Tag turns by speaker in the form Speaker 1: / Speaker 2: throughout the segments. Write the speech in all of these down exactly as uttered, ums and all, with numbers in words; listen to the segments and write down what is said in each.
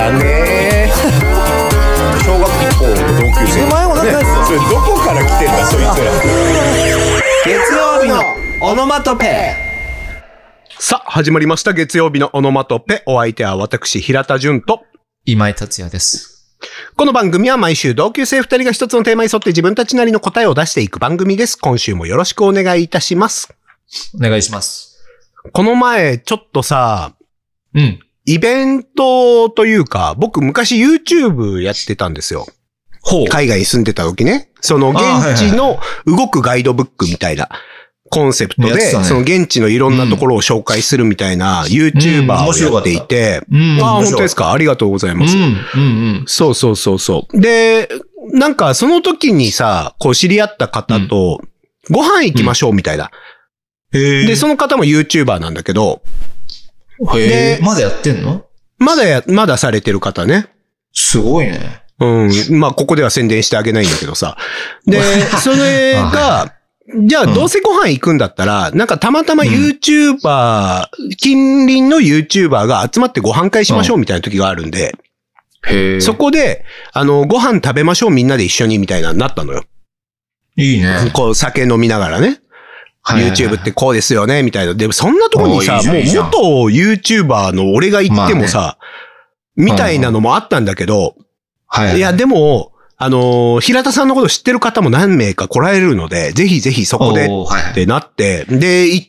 Speaker 1: たね小学校の同級生、
Speaker 2: 前もなんか、
Speaker 1: ね、それどこから来てんだそいつら
Speaker 2: 月曜日のオノマトペ。
Speaker 1: さあ始まりました月曜日のオノマトペ。お相手は私平田純と
Speaker 3: 今井達也です。
Speaker 1: この番組は毎週同級生二人が一つのテーマに沿って自分たちなりの答えを出していく番組です。今週もよろしくお願いいたします。
Speaker 3: お願いします。
Speaker 1: この前ちょっとさ、
Speaker 3: うん。
Speaker 1: イベントというか、僕昔 YouTube やってたんですよ。
Speaker 3: ほう。
Speaker 1: 海外に住んでた時ね。その現地の動くガイドブックみたいなコンセプトで、
Speaker 3: ね、
Speaker 1: その現地のいろんなところを紹介するみたいな YouTuber をやっていて、
Speaker 3: うんうん、
Speaker 1: ああ、本当ですか。ありがとうございます。
Speaker 3: うんうんうん、
Speaker 1: そうそうそうそう。で、なんかその時にさ、こう知り合った方とご飯行きましょうみたいな。
Speaker 3: うん、
Speaker 1: で、その方も YouTuber なんだけど、
Speaker 3: へー、まだやってんの？
Speaker 1: まだや、まだされてる方ね。
Speaker 3: すごいね。
Speaker 1: うん。まあ、ここでは宣伝してあげないんだけどさ。で、それが、じゃあどうせご飯行くんだったら、うん、なんかたまたま YouTuber、うん、近隣の YouTuber が集まってご飯会しましょうみたいな時があるんで、
Speaker 3: うん、へ
Speaker 1: そこで、あの、ご飯食べましょうみんなで一緒にみたいなになったのよ。
Speaker 3: いいね。
Speaker 1: こう酒飲みながらね。YouTube ってこうですよねみたいな。でもそんなとこにさ、もう元 YouTuber の俺が行ってもさ、まあね、みたいなのもあったんだけど、
Speaker 3: はいはい、
Speaker 1: いやでも、あのー、平田さんのこと知ってる方も何名か来られるので、ぜひぜひそこでってなって、で、行って、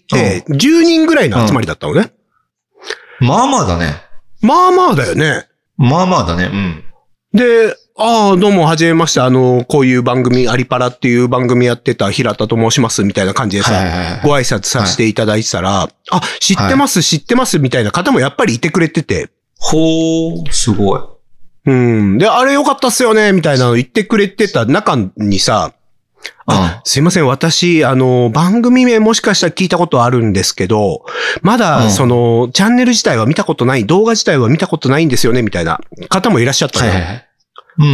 Speaker 1: じゅうにんぐらいの集まりだったのね。
Speaker 3: まあまあだね。
Speaker 1: まあまあだよね。
Speaker 3: まあまあだね。うん。
Speaker 1: で、ああ、どうも、はじめまして。あの、こういう番組、アリパラっていう番組やってた平田と申します、みたいな感じでさ、はいはいはい、ご挨拶させていただいてたら、はい、あ、知ってます、はい、知ってます、みたいな方もやっぱりいてくれてて。
Speaker 3: ほー、すごい。
Speaker 1: うん。で、あれ良かったっすよね、みたいなの言ってくれてた中にさ、あ、すいません、私、あの、番組名もしかしたら聞いたことあるんですけど、まだ、その、うん、チャンネル自体は見たことない、動画自体は見たことないんですよね、みたいな方もいらっしゃったの。はいはいはい、
Speaker 3: うん。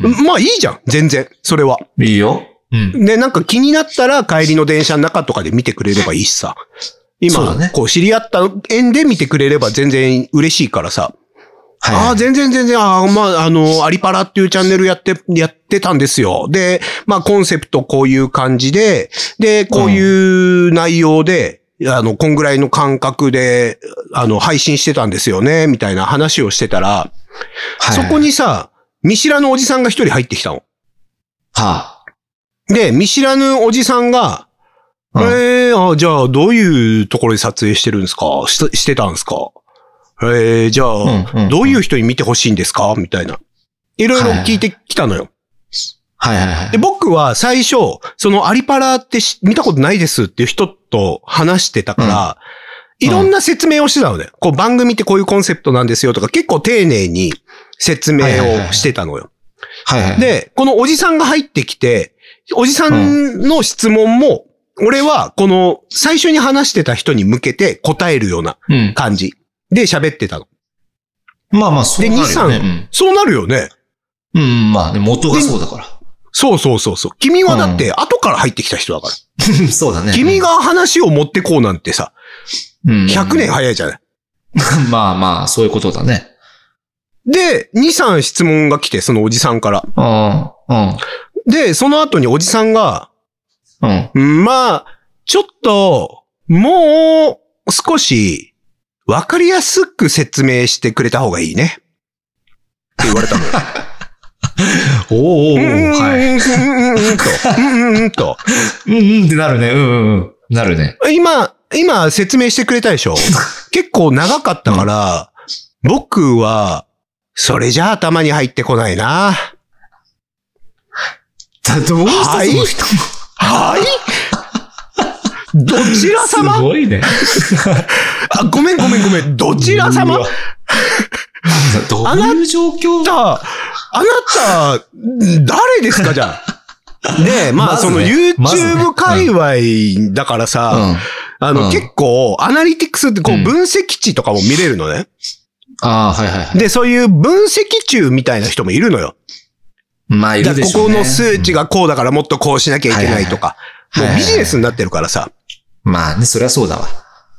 Speaker 1: まあいいじゃん、全然、それは。
Speaker 3: いいよ。
Speaker 1: うん。で、なんか気になったら帰りの電車の中とかで見てくれればいいしさ。今、ね、こう知り合った縁で見てくれれば全然嬉しいからさ。はい、ああ、全然全然、ああ、まあ、あの、アリパラっていうチャンネルやって、やってたんですよ。で、まあ、コンセプトこういう感じで、で、こういう内容で、うん、あの、こんぐらいの感覚で、あの、配信してたんですよね、みたいな話をしてたら、はい、そこにさ、見知らぬおじさんが一人入ってきたの。
Speaker 3: はあ。
Speaker 1: で、見知らぬおじさんが、うん、えー、あ、じゃあ、どういうところで撮影してるんですか？し、してたんですか？えー、じゃあ、うんうんうん、どういう人に見てほしいんですかみたいな。いろいろ聞いてきたのよ。
Speaker 3: はいはいはい。
Speaker 1: で、僕は最初、そのアリパラって見たことないですっていう人と話してたから、うん、いろんな説明をしてたのね。こう番組ってこういうコンセプトなんですよとか結構丁寧に説明をしてたのよ。
Speaker 3: はいはいはい。
Speaker 1: で、このおじさんが入ってきて、おじさんの質問も、俺はこの最初に話してた人に向けて答えるような感じ。うんで喋ってたの。
Speaker 3: まあまあ、そうなるよね。で、に、さん、うん、
Speaker 1: そうなるよね。
Speaker 3: うん、まあ、ね、元がそうだから。
Speaker 1: そうそうそうそう。君はだって後から入ってきた人だから。
Speaker 3: うん、そうだね。
Speaker 1: 君が話を持ってこうなんてさ、うん、ひゃくねん早いじゃない。
Speaker 3: まあまあ、そういうことだね。
Speaker 1: で、に、さん質問が来て、そのおじさんから。
Speaker 3: うん、うん。
Speaker 1: で、その後におじさんが、
Speaker 3: うん、
Speaker 1: まあ、ちょっと、もう少し、わかりやすく説明してくれた方がいいね。って言われたのよ。
Speaker 3: おーおーおー、はい。
Speaker 1: うーんと、うーんと。
Speaker 3: うんうんってなるね。うんうんうん。なるね。
Speaker 1: 今、今説明してくれたでしょ結構長かったから、うん、僕は、それじゃ頭に入ってこないな。
Speaker 3: だ、どうした
Speaker 1: はいはいどちら様
Speaker 3: すごいね。
Speaker 1: あ、ごめんごめんごめん。どちら様
Speaker 3: どういう状況
Speaker 1: あなた、あなた、誰ですかじゃあ。で、まあ、その YouTube 界隈だからさ、あの、結構、アナリティクスってこう、分析値とかも見れるのね。
Speaker 3: ああ、はいはいはい。
Speaker 1: で、そういう分析中みたいな人もいるのよ。
Speaker 3: まあ、いるでしょうね。
Speaker 1: ここの数値がこうだからもっとこうしなきゃいけないとか。もうビジネスになってるからさ。
Speaker 3: まあね、そりゃそうだわ。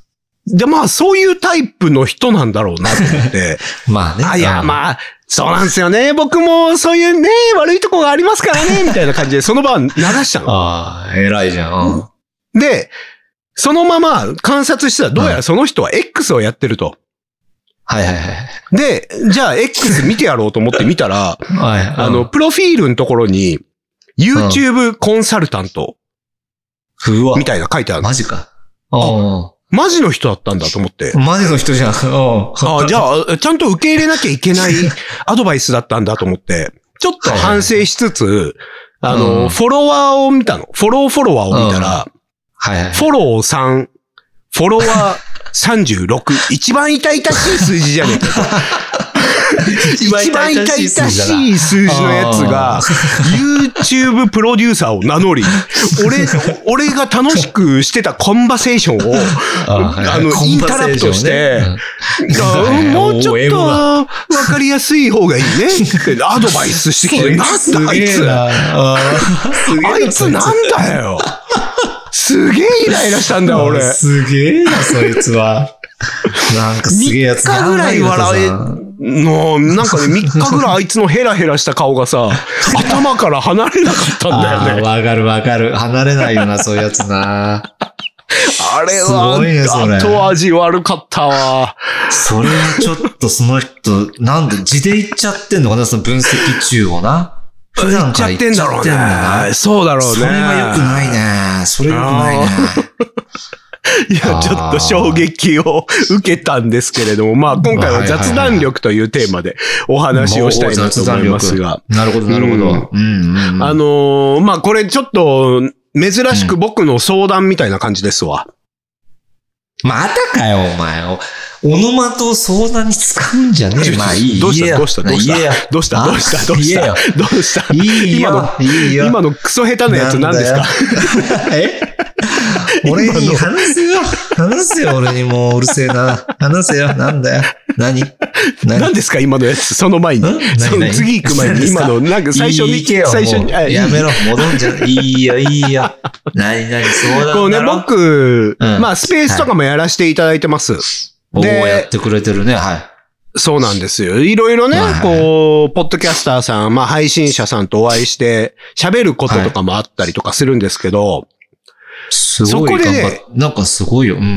Speaker 1: で、まあ、そういうタイプの人なんだろうなと思って。
Speaker 3: まあね。
Speaker 1: あ、いや、まあ、そうなんですよね。僕もそういうね、悪いとこがありますからね、みたいな感じで、その場は流したの。
Speaker 3: ああ、偉いじゃん。
Speaker 1: で、そのまま観察したら、どうやらその人は X をやってると。
Speaker 3: はいはいはい。
Speaker 1: で、じゃあ X 見てやろうと思って見たら、
Speaker 3: はい、
Speaker 1: あの、プロフィールのところに、YouTube コンサルタント、みたいな書いてある。
Speaker 3: マジか。
Speaker 1: あ、マジの人だったんだと思って。
Speaker 3: マジの人じゃん。
Speaker 1: あ、じゃあ、ちゃんと受け入れなきゃいけないアドバイスだったんだと思って、ちょっと反省しつつ、あの、うん、フォロワーを見たの。フォローフォロワーを見たら、うんはいはい、フォローさん、フォロワーさんじゅうろく、一番痛々しい数字じゃねえか。一番痛々しい数字のやつが、YouTube プロデューサーを名乗り、俺、俺が楽しくしてたコンバセーションを、あ, あの、インタラプトして、ね、もうちょっとわかりやすい方がいいねってアドバイスしてきて、なんだあいつ。あいつなんだよ。すげえイライラしたんだよ、俺。
Speaker 3: すげえな、そいつは。なんかすげえやつ
Speaker 1: みっかぐらい笑え、の、なんかね、みっかぐらいあいつのヘラヘラした顔がさ、頭から離れなかったんだよね。
Speaker 3: わかるわかる。離れないよな、そういうやつな。
Speaker 1: あれは、ね、後味悪かったわ。
Speaker 3: それはちょっとその人、なんで字で言っちゃってんのかな、その分析中をな。
Speaker 1: 普段から言っちゃってんだろうね。そうだろうね。
Speaker 3: それは良くないね。それ良くないね。
Speaker 1: いや、ちょっと衝撃を受けたんですけれども、まあ今回は雑談力というテーマでお話をしたいなと思いますが。
Speaker 3: なるほど、なるほど。
Speaker 1: あのー、まあこれちょっと珍しく僕の相談みたいな感じですわ。
Speaker 3: またかよ、お前。オノマトを相談に使うんじゃねえ。まあいい。
Speaker 1: どうしたどうしたどうしたどうしたどうしたどうしたどうした
Speaker 3: いいよ。
Speaker 1: 今の、いいよ今のクソ下手なやつ何ですか
Speaker 3: え俺に話すよ。話すよ、俺にもううるせえな。話せよ。なんだよ。何
Speaker 1: 何ですか今のやつ。その前に。その次行く前に今の、なんか最初に、最初に。
Speaker 3: やめろ。戻んじゃん。いいよ、いいよ。何々相談。
Speaker 1: こうね、僕、まあスペースとかもやらせていただいてます。
Speaker 3: で、やってくれてるね。はい。
Speaker 1: そうなんですよ。いろいろね、こう、ポッドキャスターさん、まあ配信者さんとお会いして、喋ることとかもあったりとかするんですけど、
Speaker 3: すごい。そこでね、なんかすごいよ。うん。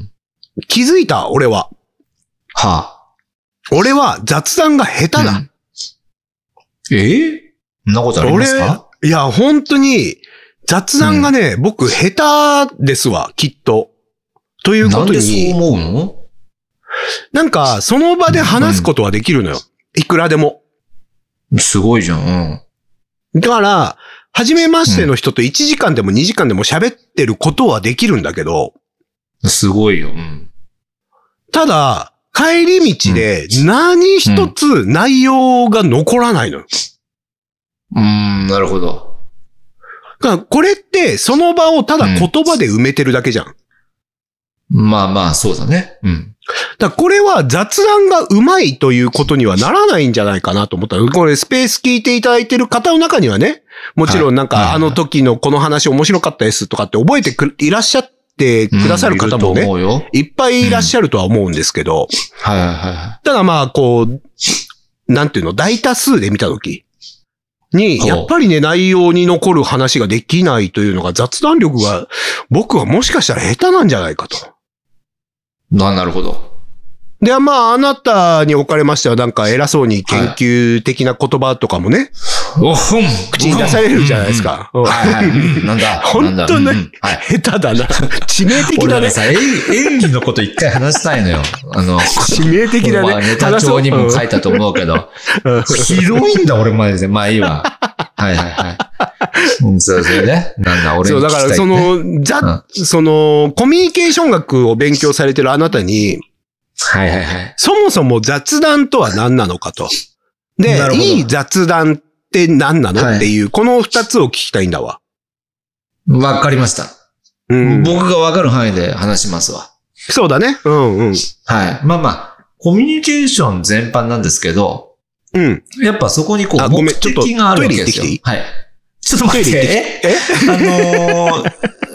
Speaker 1: 気づいた、俺は。
Speaker 3: はあ。
Speaker 1: 俺は雑談が下手だ。うん、
Speaker 3: えそんなことありますか？
Speaker 1: 俺、いや、本当に、雑談がね、うん、僕下手ですわ、きっと。ということに。なんで
Speaker 3: そう思うの？
Speaker 1: なんか、その場で話すことはできるのよ。うん、いくらでも。
Speaker 3: すごいじゃん。
Speaker 1: うん、だから、初めましての人といちじかんでもにじかんでも喋ってることはできるんだけど。
Speaker 3: すごいよ。うん、
Speaker 1: ただ、帰り道で何一つ内容が残らないのよ。
Speaker 3: うん、うーんなるほど。
Speaker 1: だからこれってその場をただ言葉で埋めてるだけじゃん。
Speaker 3: うん、まあまあ、そうだね。うん。
Speaker 1: だからこれは雑談がうまいということにはならないんじゃないかなと思った。これスペース聞いていただいてる方の中にはね、もちろんなんか、はい、あの時のこの話面白かったですとかって覚えてくいらっしゃってくださる方もね、うん、い, いっぱいいらっしゃるとは思うんですけど、
Speaker 3: うん、はいはいはい。
Speaker 1: ただまあこう、なんていうの、大多数で見た時に、やっぱりね、内容に残る話ができないというのが雑談力が僕はもしかしたら下手なんじゃないかと。
Speaker 3: な、なるほど。
Speaker 1: で、まあ、あなたにおかれましては、なんか偉そうに研究的な言葉とかもね、
Speaker 3: はい、
Speaker 1: 口に出されるじゃないですか。
Speaker 3: うんうん、はいはい。なんだ。
Speaker 1: 本当ね、うんはい、下手だな。致命的だね。
Speaker 3: 俺さ、演技のこと一回話したいのよ。あの、
Speaker 1: 致命的だね。
Speaker 3: ネタ帳にも書いたと思うけど。ひどいんだ、俺までで。まあいいわ。はいはいはい。うん、そうですよね。なんだ、俺に聞きたい、ね。そう、だからその、ざ、うん、その、コミュニケーション学を勉強されてるあなたに、 はいはいはい。
Speaker 1: そもそも雑談とは何なのかと。で、いい雑談って何なの、はい、っていう、この二つを聞きたいんだわ。
Speaker 3: わかりました。うん、僕がわかる範囲で話しますわ。
Speaker 1: そうだね。うんうん。
Speaker 3: はい。まあまあ、コミュニケーション全般なんですけど、
Speaker 1: うん。
Speaker 3: やっぱそこにこう、目的があるわけですよ。はい。ちょっと待って。ええあのー、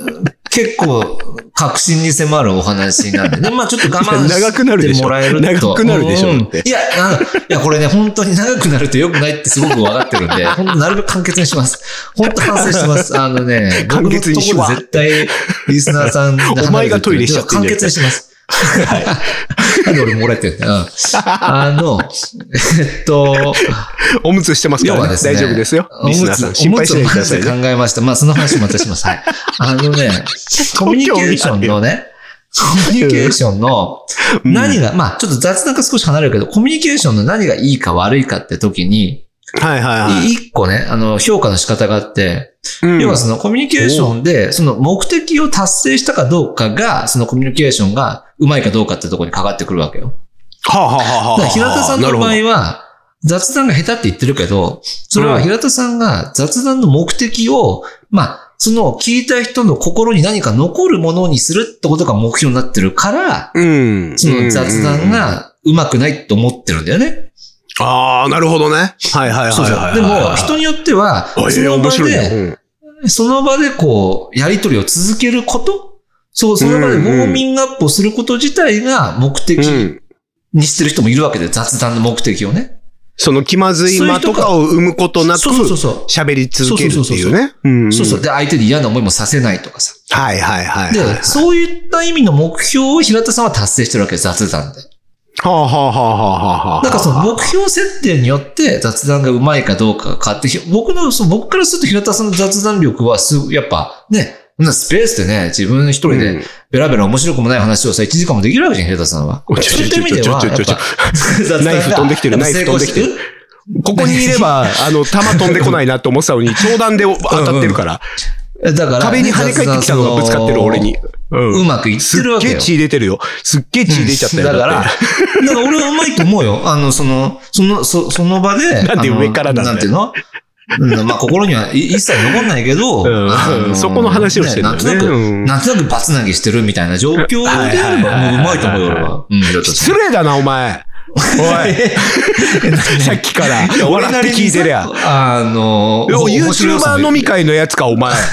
Speaker 3: 結構、確信に迫るお話なんでね。まあちょっと我慢
Speaker 1: 長くなるでしょ。
Speaker 3: してもらえると。
Speaker 1: 長くなるでしょ。
Speaker 3: うん、いや、あいや、これね、本当に長くなると良くないってすごく分かってるんで、本当なるべく簡潔にします。本当反省してます。あのね、
Speaker 1: 簡潔にします。
Speaker 3: 絶対、リスナーさん
Speaker 1: お前がトイレしちゃって
Speaker 3: 簡潔にします。はい。なんで俺もらえてるんだよ。あの、えっと、
Speaker 1: おむつしてますからね。大丈夫ですよ。リスナーさん、心配しないでくださいね。
Speaker 3: おむつを考えました。まあ、その話もまたします。はい。あのね、コミュニケーションのね、コミュニケーションの何が、まあ、ちょっと雑談が少し離れるけど、コミュニケーションの何がいいか悪いかって時に、
Speaker 1: はいはいはい。
Speaker 3: 一個ね、あの、評価の仕方があって、うん、要はそのコミュニケーションで、その目的を達成したかどうかが、そのコミュニケーションがうまいかどうかってところにかかってくるわけよ。
Speaker 1: はあ、はあはあはあ、
Speaker 3: 平田さんの場合は、雑談が下手って言ってるけど、それは平田さんが雑談の目的を、まあ、その聞いた人の心に何か残るものにするってことが目標になってるから、うん、その雑談がうまくないって思ってるんだよね。
Speaker 1: ああ、なるほどね。はいはいはいはい、
Speaker 3: そうそう。でも、人によっては、その場で、その場でこう、やりとりを続けることそう、その場でウォーミングアップをすること自体が目的にしてる人もいるわけで、雑談の目的をね。
Speaker 1: その気まずい間とかを生むことなく、喋り続けるっていうね。
Speaker 3: そうそう。で、相手に嫌な思いもさせないとかさ。
Speaker 1: はいはいはい。
Speaker 3: で、そういった意味の目標を平田さんは達成してるわけです、雑談で。
Speaker 1: はあはあはあはあはあ。
Speaker 3: だからその目標設定によって雑談がうまいかどうかが変わって、僕の、僕からすると平田さんの雑談力はすやっぱね、スペースでね、自分一人でベラベラ面白くもない話をさ、いちじかんもできるわけじゃん、平田さんは。そういった意味では、
Speaker 1: ナイフ飛んできてる、ナイフ飛んできてる。ここにいれば、あの、弾飛んでこないなって思ってたのに、長弾で当たってるから。だから、壁に跳ね返ってきたのがぶつかってる俺に。
Speaker 3: うん、うまくいってるわけよ。
Speaker 1: すっげえ血出てるよ。すっげえ血出ちゃったよ。
Speaker 3: だから、だから俺はうまいと思うよ。あの、その、その、そその場で。
Speaker 1: なんで上からなんだよ。
Speaker 3: なんていうのまあ、心には一切残んないけど、
Speaker 1: うん、そこの話をしてるんだよね。なんとなく、
Speaker 3: なんとなくバツ投げしてるみたいな状況であれば、もううまいと思うよ、俺は。うん、
Speaker 1: 失礼だな、お前。おい。さっきから、笑って聞いてりゃ。
Speaker 3: あの、
Speaker 1: YouTuber 飲み会のやつか、お前。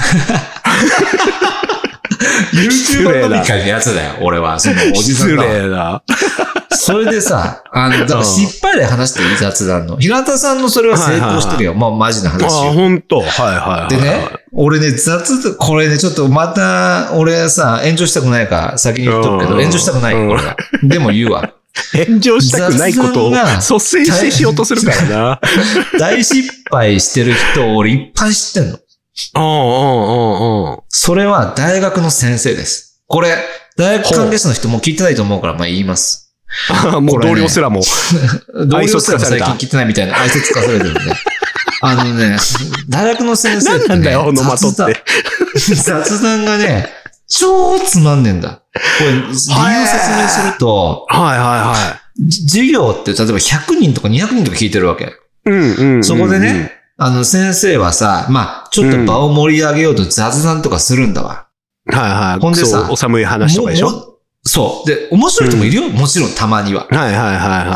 Speaker 3: YouTuber 飲み会のやつだよ、俺は。そのおじさんだ。
Speaker 1: 失礼だ。
Speaker 3: それでさ、あの、だから失敗で話していい雑談の。平田さんのそれは成功してるよ。まあ、マジな話よ。
Speaker 1: あ、ほんと。はいはい。
Speaker 3: でね、俺ね、雑、これね、ちょっとまた、俺さ、炎上したくないから先に言っとくけど、炎上したくないよ、これは。でも言うわ。
Speaker 1: 炎上したくないことを率先してしようとするからな。
Speaker 3: 大失敗してる人を俺いっぱい知ってんの。
Speaker 1: うんうんうんうん。
Speaker 3: それは大学の先生です。これ、大学関係者の人も聞いてないと思うから、まあ言います。
Speaker 1: もう同僚すらも。
Speaker 3: 同僚すらも最近聞いてないみたいな愛想つかされてるんで。あのね、大学の先生って、ね。
Speaker 1: 何なんだよ、オノマトって。
Speaker 3: 雑談がね、超つまんねえんだ。これ、理由を説明すると、
Speaker 1: はいはいはい。
Speaker 3: 授業って例えばひゃくにんとかにひゃくにんとか聞いてるわけ。
Speaker 1: うんうんうんうん。
Speaker 3: そこでね、あの先生はさ、まあ、ちょっと場を盛り上げようと雑談とかするんだわ。
Speaker 1: うん、はいはい。
Speaker 3: ほんでさ、
Speaker 1: お寒い話とかでしょ？
Speaker 3: そう。で、面白い人もいるよ。うん、もちろん、たまには。
Speaker 1: はいはいはいはい。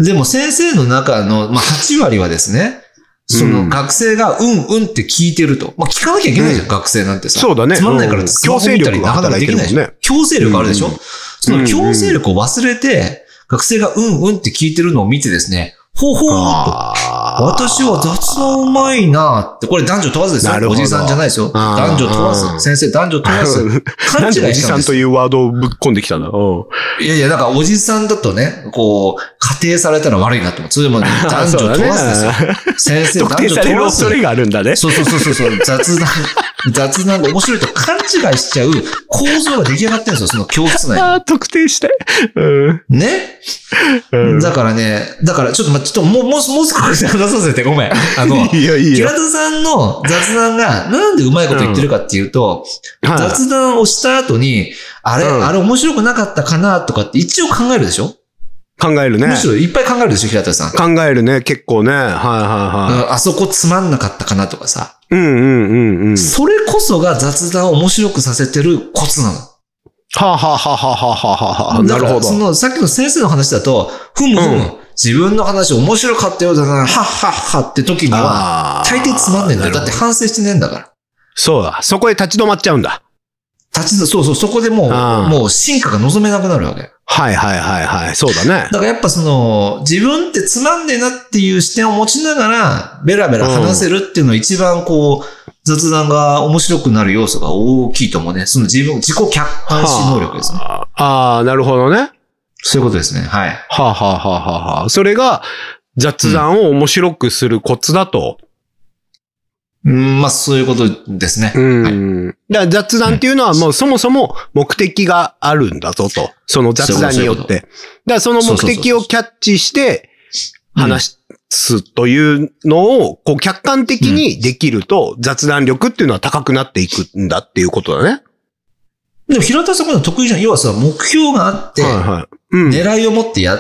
Speaker 3: でも先生の中の、まあ、はち割はですね、その学生がうんうんって聞いてると。まあ、聞かなきゃいけないじゃん、うん、学生なんてさ。
Speaker 1: そうだね。
Speaker 3: つまんないからスマホ見たりなかなかできないじゃん。強制力あるでしょ、うん、その強制力を忘れて、学生がうんうんって聞いてるのを見てですね、ほほーっと。私は雑談うまいなって。これ男女問わずですよ。おじさんじゃないですよ。男女問わず。先生男女問わず。勘違いしたんです。お
Speaker 1: じさんというワードをぶっ込んできたな。
Speaker 3: いやいや、だからおじさんだとね、こう、仮定されたら悪いなと思う。それでも、ね、男女問わずですよ。先生男女問わず。特定される恐れがあるんだね。そうそうそうそう。雑談、雑談が面白いと勘違いしちゃう構造が出来上がってるんですよ。その教室内に。
Speaker 1: ああ、特定して。うん、
Speaker 3: ね、うん、だからね、だからちょっとま、ちょっともう、もう、もう少し話させてごめん。あの、いいよいいよ。平田さんの雑談がなんでうまいこと言ってるかっていうと、うん、雑談をした後に、あれ、うん、あれ面白くなかったかなとかって一応考えるでしょ？
Speaker 1: 考えるね。
Speaker 3: むしろいっぱい考えるでしょ、平田さん。
Speaker 1: 考えるね、結構ね。はいはいはい。
Speaker 3: あそこつまんなかったかなとかさ。
Speaker 1: うんうんうんうん。
Speaker 3: それこそが雑談を面白くさせてるコツなの。
Speaker 1: はあ、はあはあはあはあはあ、なるほど。
Speaker 3: その、さっきの先生の話だと、ふむふむ、うん、自分の話面白かったようだな、はっはっはって時には、大抵つまんねえんだよ。だって反省してねえんだから。
Speaker 1: そうだ。そこで立ち止まっちゃうんだ。
Speaker 3: 立ち、そうそう、そこでもう、もう進化が望めなくなるわけ。
Speaker 1: はいはいはいはい。そうだね。
Speaker 3: だからやっぱその、自分ってつまんねえなっていう視点を持ちながら、ベラベラ話せるっていうのは一番こう、雑談が面白くなる要素が大きいと思うね。その自分、自己客観視能力ですね。
Speaker 1: ああ、なるほどね。
Speaker 3: そういうことですね。はい。
Speaker 1: はあ、はあはあはあはあ、それが雑談を面白くするコツだと。
Speaker 3: うん、まあそういうことですね。
Speaker 1: うん。はい、だから雑談っていうのはもうそもそも目的があるんだぞと。その雑談によって。だからその目的をキャッチして話すというのをこう客観的にできると雑談力っていうのは高くなっていくんだっていうことだね。
Speaker 3: でも平田さんの得意じゃん。要はさ、目標があって、はいはいうん、狙いを持ってやって、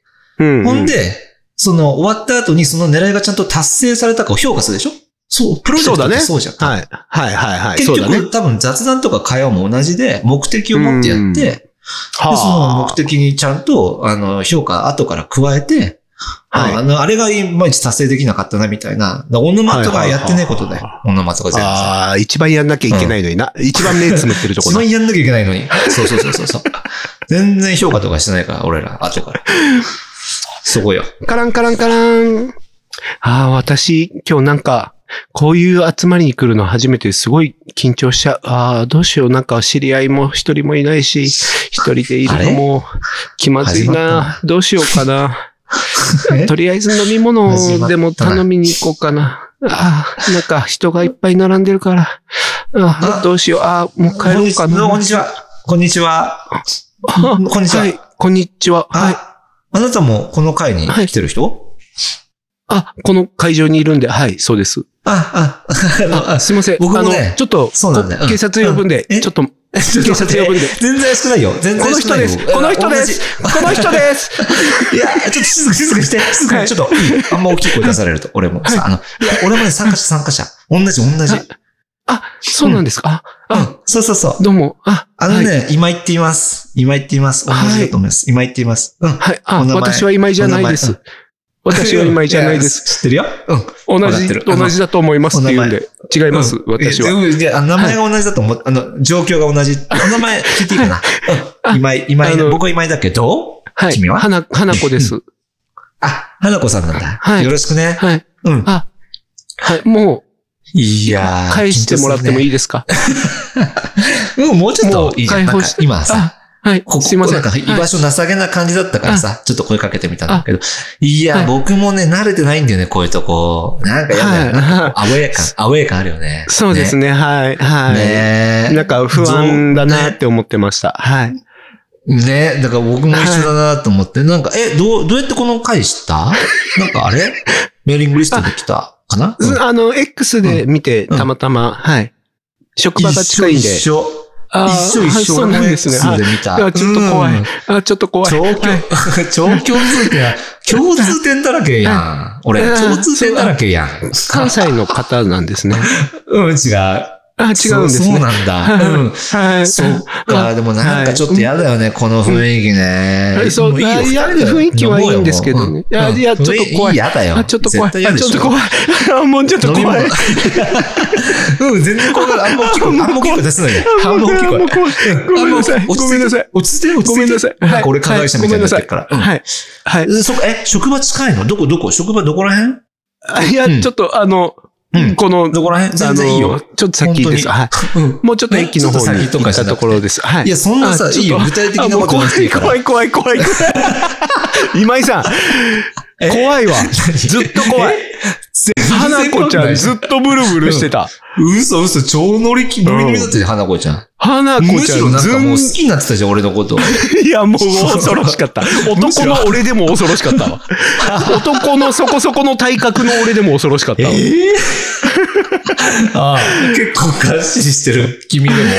Speaker 3: うんうん、ほんで、その終わった後にその狙いがちゃんと達成されたかを評価するでしょ？そう、プロジェクトってそうじゃん。ね、はい。はいはいはい。結局、そうだね、多分雑談とか会話も同じで、目的を持ってやって、で、その目的にちゃんと、あの、評価後から加えて、はい、あの、あれがいまいち達成できなかったな、みたいな。オノマトがやってないことだよ。オノマトが全部。
Speaker 1: ああ、一番やんなきゃいけないのにな。うん、一番目つむってるところ。
Speaker 3: 一番やんなきゃいけないのに。そうそうそうそう。全然評価とかしてないから、俺ら、後から。そこよ。
Speaker 1: カランカランカラン。ああ、私、今日なんか、こういう集まりに来るの初めてすごい緊張しちゃう。ああ、どうしよう。なんか知り合いも一人もいないし、一人でいるのも気まずいな。どうしようかな。とりあえず飲み物でも頼みに行こうかな。ああ、なんか人がいっぱい並んでるから。ああ、どうしよう。ああ、もう帰ろうかな。
Speaker 3: こんにちは。こんにちは。
Speaker 1: こんにちは。はい、こんにちは。はい。
Speaker 3: あなたもこの会に来てる人？はい
Speaker 1: あ、この会場にいるんで、はい、そうです。
Speaker 3: あ、
Speaker 1: あ、あすいません。僕もね、あの、ちょっと、そうなんだ、警察呼ぶんで、ちょっと、警察呼ぶんで。
Speaker 3: 全然怪しくないよ。全然怪しくないよ。
Speaker 1: この人です。この人です。
Speaker 3: いや、ちょっと静か静かして。静かに、ちょっと、あんま大きい声出されると、俺も。さ、あの、いや、俺もね、参加者、参加者。同じ、同じ。
Speaker 1: あ、そうなんですか。
Speaker 3: あ、そうそうそう。
Speaker 1: どうも。あ、
Speaker 3: あのね、今井って言います。今井って言います。同じだと思います。今井って言います。うん。
Speaker 1: はい。あ、私は今井じゃないです。私は今井じゃないです。
Speaker 3: 知ってるよ。
Speaker 1: うん。同じ、同じだと思いますって言うんで。違います、私は。
Speaker 3: いや、名前が同じだと思う。あの、状況が同じ。お名前聞いていいかな。今井、今井、僕は今井だけど、
Speaker 1: はい。君は花、花子です。
Speaker 3: あ、花子さんなんだ。はい。よろしくね。
Speaker 1: はい。うん。あ、はい。もう、
Speaker 3: いやー。
Speaker 1: 返してもらってもいいですか？
Speaker 3: うん、もうちょっといいじゃん。今さ。
Speaker 1: はい。
Speaker 3: ここ、すいません。なんか居場所なさげな感じだったからさ、ちょっと声かけてみたんだけど。いや、僕もね、慣れてないんだよね、こういうとこ。なんかやだよね。アウェー感、アウェー感あるよね。
Speaker 1: そうですね、はい、はい。ねなんか不安だなって思ってました。はい。
Speaker 3: ねだから僕も一緒だなと思って、なんか、え、どう、どうやってこの回知った？なんかあれメーリングリストで来たかな？
Speaker 1: あの、X で見て、たまたま、はい。職場が近いんで。
Speaker 3: 一緒。
Speaker 1: あ
Speaker 3: 一緒一緒。
Speaker 1: そうなんですね。
Speaker 3: で見た。
Speaker 1: ちょっと怖い。あ、ちょっと怖い。
Speaker 3: 超共、超共通点、共通点だらけやん。俺、共通点だらけやん。
Speaker 1: 関西の方なんですね。
Speaker 3: うん、違う。
Speaker 1: あ、違うんですね。
Speaker 3: そうなんだ。うん。はい。そっか。でもなんかちょっと嫌だよね、この雰囲気ね。
Speaker 1: そう、いや、雰囲気はいいんですけどね。いや、いや、ちょっと怖い。
Speaker 3: 嫌だよ。
Speaker 1: ちょっと怖い。ちょっと怖い。もうちょっと怖い。
Speaker 3: うん、全然怖い。あんま大きい声、あんま大きい声出せないで。あんま大きい声。
Speaker 1: ごめんなさい。ごめんなさい。
Speaker 3: 落ち着いて、落ち着いて。
Speaker 1: ごめんなさい。
Speaker 3: なんか俺加害者みたいになってるから。
Speaker 1: はい。はい。
Speaker 3: そこ、え、職場近いの？どこ、どこ？職場どこら辺？
Speaker 1: いや、ちょっとあの、うん、この、
Speaker 3: どこら辺全然いいよ。
Speaker 1: ちょっと先です。はい。もうちょっと駅の方に行ったところです。はい。
Speaker 3: いや、そんなさ、いいよ。具体的なこと
Speaker 1: 言っていいから。怖い怖い怖い怖い。今井さん。怖いわ。ずっと怖い。花子ちゃんずっとブルブルしてた。
Speaker 3: 嘘嘘、超乗り気、ノリノリだったじゃん、花子ちゃん。
Speaker 1: 花子ちゃん。む
Speaker 3: しろなんかもう好きになってたじゃん、俺のこと。
Speaker 1: いや、もう恐ろしかった。男の俺でも恐ろしかったわ。男のそこそこの体格の俺でも恐ろしかったわ。えー、
Speaker 3: ああ結構ガッシリしてる、君でも。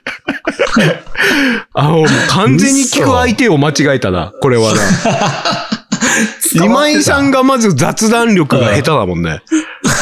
Speaker 1: あ、もう完全に聞く相手を間違えたな、これはな。今井さんがまず雑談力が下手だもんね。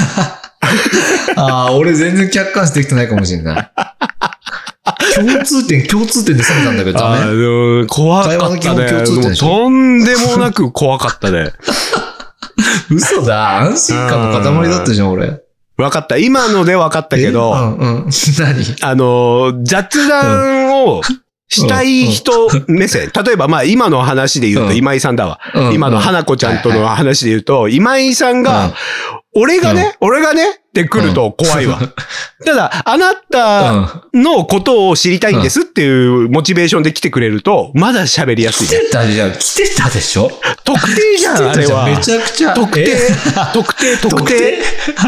Speaker 3: ああ、俺全然客観視できてないかもしれない。共通点、共通点で攻めたんだけどダメ。あ
Speaker 1: の怖かったね。とんでもなく怖かったね。
Speaker 3: 嘘だ。安心感の塊だったじゃん、俺。
Speaker 1: わかった。今のでわかったけど、
Speaker 3: うんうん、何
Speaker 1: あの、雑談をしたい人目線。例えば、まあ、今の話で言うと今井さんだわ。うん、今の花子ちゃんとの話で言うと、はいはい、今井さんが、うん、俺がね、うん、俺がねって来ると怖いわ。うん、ただ、あなたのことを知りたいんですっていうモチベーションで来てくれると、まだ喋りやすい。
Speaker 3: 来てたじゃん。来てたでしょ？
Speaker 1: 特定じゃん、あれは。
Speaker 3: めちゃくちゃ。
Speaker 1: 特定。特定、特定。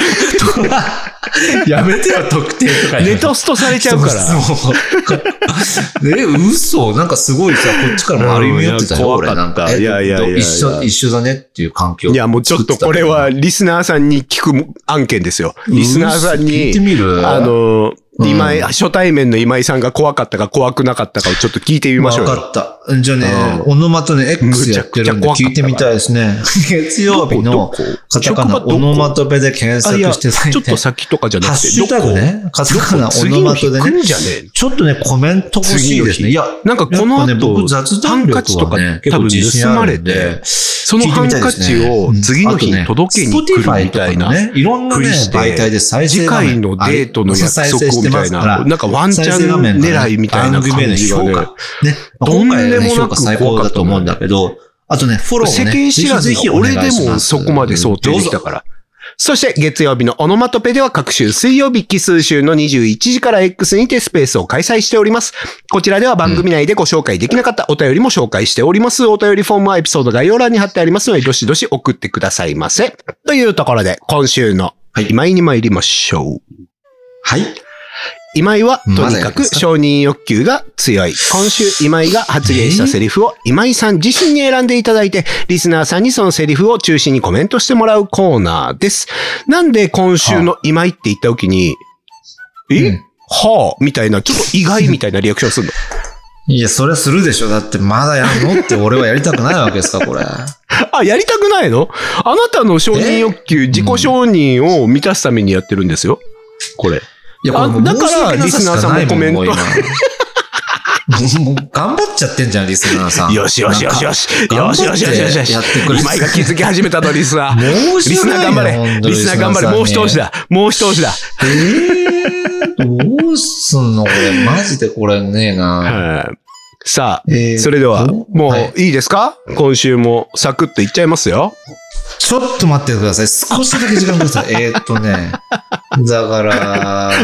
Speaker 3: やめてよ、特定とか。
Speaker 1: ネトストされちゃうから。
Speaker 3: え、嘘なんかすごいさ、こっちからも歩み寄ってたよ、俺なんか。いやいやいや。一緒、一緒だねっていう環境。
Speaker 1: いや、もうちょっとこれはリスナーさんに聞く案件ですよ。リスナーさんに。
Speaker 3: 聞いてみる？
Speaker 1: あの、今井、うん、初対面の今井さんが怖かったか怖くなかったかをちょっと聞いてみましょうよ。
Speaker 3: わかった。じゃあね、オノマトね、X やってるんで聞いてみたいですね。月曜日のカタカナオノマトペで検索して、
Speaker 1: ちょっと先とかじゃなくて、
Speaker 3: ハッシュタグね、カタカナオノマトでね、ちょっとね、コメント欲しいですね。いや、
Speaker 1: なんかこの後、
Speaker 3: 僕雑談力はね、結構自信あるんで、
Speaker 1: そのハンカチを次の日に届けに来るみたいな。
Speaker 3: いろんなね、媒体で再生
Speaker 1: 次回のデートの約束みたいな。なんかワンチャン狙いみたいな感じがね。
Speaker 3: ね。どんでも評価最高だと思うんだけど、あとね、フォローもね。
Speaker 1: 世間知らずが俺でもそこまで想定できたから。そして月曜日のオノマトペでは各週水曜日奇数週のにじゅういちじから X にてスペースを開催しております。こちらでは番組内でご紹介できなかったお便りも紹介しております。お便りフォームはエピソード概要欄に貼ってありますので、どしどし送ってくださいませ。というところで、今週の今井に参りましょう。
Speaker 3: はい。
Speaker 1: 今井はとにかく承認欲求が強い。今週今井が発言したセリフを今井さん自身に選んでいただいて、リスナーさんにそのセリフを中心にコメントしてもらうコーナーです。なんで今週の今井って言った時に、はあ、え、うん、はぁみたいな、ちょっと意外みたいなリアクションするの？
Speaker 3: いや、それはするでしょ。だってまだやるのって俺はやりたくないわけですか、これ。
Speaker 1: あ、やりたくないの？あなたの承認欲求、自己承認を満たすためにやってるんですよ。これ。
Speaker 3: いや、これもう
Speaker 1: だからリスナーさんもコメント。
Speaker 3: もう頑張っちゃってんじゃん、リスナーさん。
Speaker 1: よしよしよしよし。よしよしよしよしよし。
Speaker 3: やってくれ。
Speaker 1: 今井が気づき始めたの、リスナー。リスナー頑張れ。リスナー頑張れ。もう一押しだ。もう一押しだ。
Speaker 3: えー、どうすんのこれ。マジでこれねえな。
Speaker 1: さあ、えー、それでは、もういいですか？今週もサクッといっちゃいますよ。
Speaker 3: ちょっと待ってください。少しだけ時間ください。えーっとね。だから、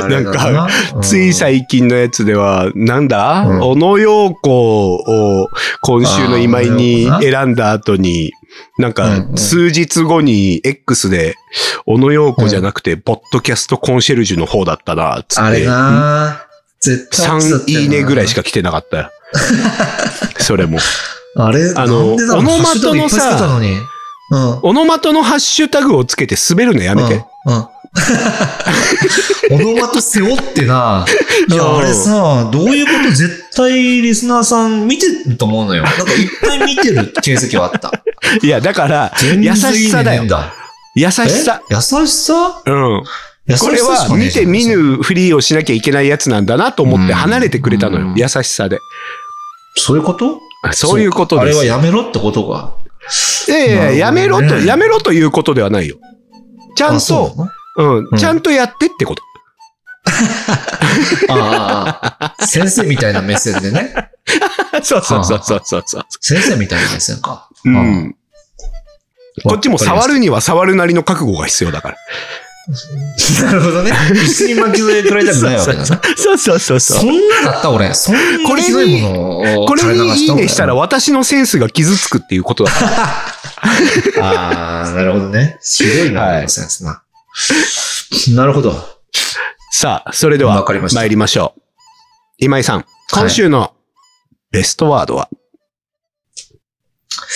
Speaker 1: なんか、うん、つい最近のやつでは、なんだ、うん、小野陽子を今週の今井に選んだ後に、なんか、数日後に X で、小野陽子じゃなくて、ポッドキャストコンシェルジュの方だったな、つって。
Speaker 3: あれな
Speaker 1: 絶対さんいいねぐらいしか来てなかったよ。それも。
Speaker 3: あれ
Speaker 1: あの、オノマトのさ、うん、オノマトのハッシュタグをつけて滑るのやめて。うんうん
Speaker 3: オノマト背負ってな。いや、あれさ、どういうこと絶対リスナーさん見てると思うのよ。なんかいっぱい見てる形跡はあった。
Speaker 1: いや、だから、優しさだよ。優しさ。
Speaker 3: 優しさ
Speaker 1: うん。これは見て見ぬふりをしなきゃいけないやつなんだなと思って離れてくれたのよ。優しさで。
Speaker 3: そういうこと？
Speaker 1: そういうことです。
Speaker 3: あれはやめろってことか。
Speaker 1: いやいや、やめろと、やめろということではないよ。ちゃんと、うん、ちゃんとやってってこと。
Speaker 3: ああ、先生みたいな目線でね。
Speaker 1: そうそうそうそうそうそう。
Speaker 3: 先生みたいな目線か。
Speaker 1: うん。こっちも触るには触るなりの覚悟が必要だから。
Speaker 3: なるほどね。一緒に巻き添え食らいたくないわけだな。
Speaker 1: そうそうそうそう。
Speaker 3: そんなだった俺。そんなひどいものを。
Speaker 1: これにいいねしたら私のセンスが傷つくっていうことだから。
Speaker 3: ああ、なるほどね。ひどいな、はい、センスな。なるほど。
Speaker 1: さあ、それでは参りましょう。今井さん、今週のベストワードは、
Speaker 3: はい、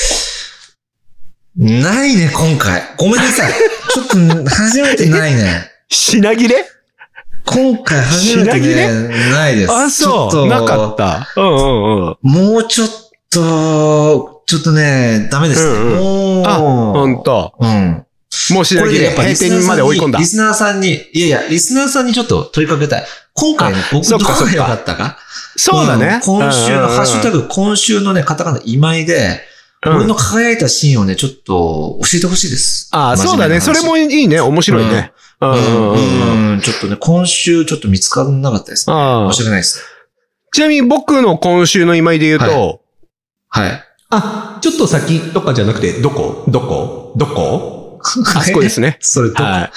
Speaker 3: ないね、今回。ごめんなさい。ちょっと、初めてないね。
Speaker 1: 品切れ？
Speaker 3: 今回初めてね、ないです。
Speaker 1: あ、そう。なかった。うんうんうん。
Speaker 3: もうちょっと、ちょっとね、ダメですね。うんうん、もう。
Speaker 1: あ、ほんと。
Speaker 3: うん。
Speaker 1: もう品切れ。閉店まで追い込んだ。
Speaker 3: リスナーさんに、いやいや、リスナーさんにちょっと問いかけたい。今回ね、僕どこが良かったか。
Speaker 1: そうだね。
Speaker 3: 今週のハッシュタグ、今週のね、カタカナ今井で、 うん、俺の輝いたシーンをね、ちょっと教えてほしいです。
Speaker 1: ああ、そうだね。それもいいね。面白いね。
Speaker 3: うん。うんうんうん、ちょっとね、今週ちょっと見つからなかったですね。申し訳ないです。
Speaker 1: ちなみに僕の今週の今井で言うと、
Speaker 3: はい。はい、
Speaker 1: あ、ちょっと先とかじゃなくて、どこどこどこあそこですね。
Speaker 3: それどこ、はい、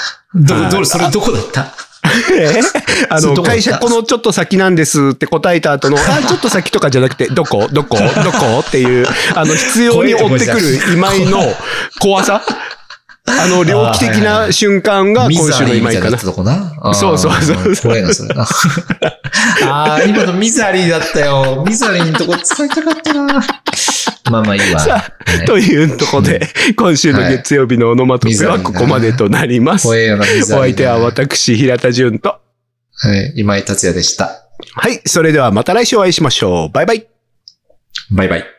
Speaker 3: ど、ど、それどこだった
Speaker 1: えあの、会社このちょっと先なんですって答えた後の、あ、ちょっと先とかじゃなくて、どこどこどこっていう、あの、必要に追ってくる今井の怖さあの、猟奇的な瞬間が今週の今井かな。そうそうそう。
Speaker 3: 怖いな、それな。ああ、今のミザリーだったよ。ミザリーのとこ使いたかったな。まあまあいいわ。
Speaker 1: さあ、ね、というところで、うん、今週の月曜日のオノマトペはここまでとなります。お相手は私、平田純と、
Speaker 3: はい、今井達也でした。
Speaker 1: はい、それではまた来週お会いしましょう。バイバイ。
Speaker 3: バイバイ。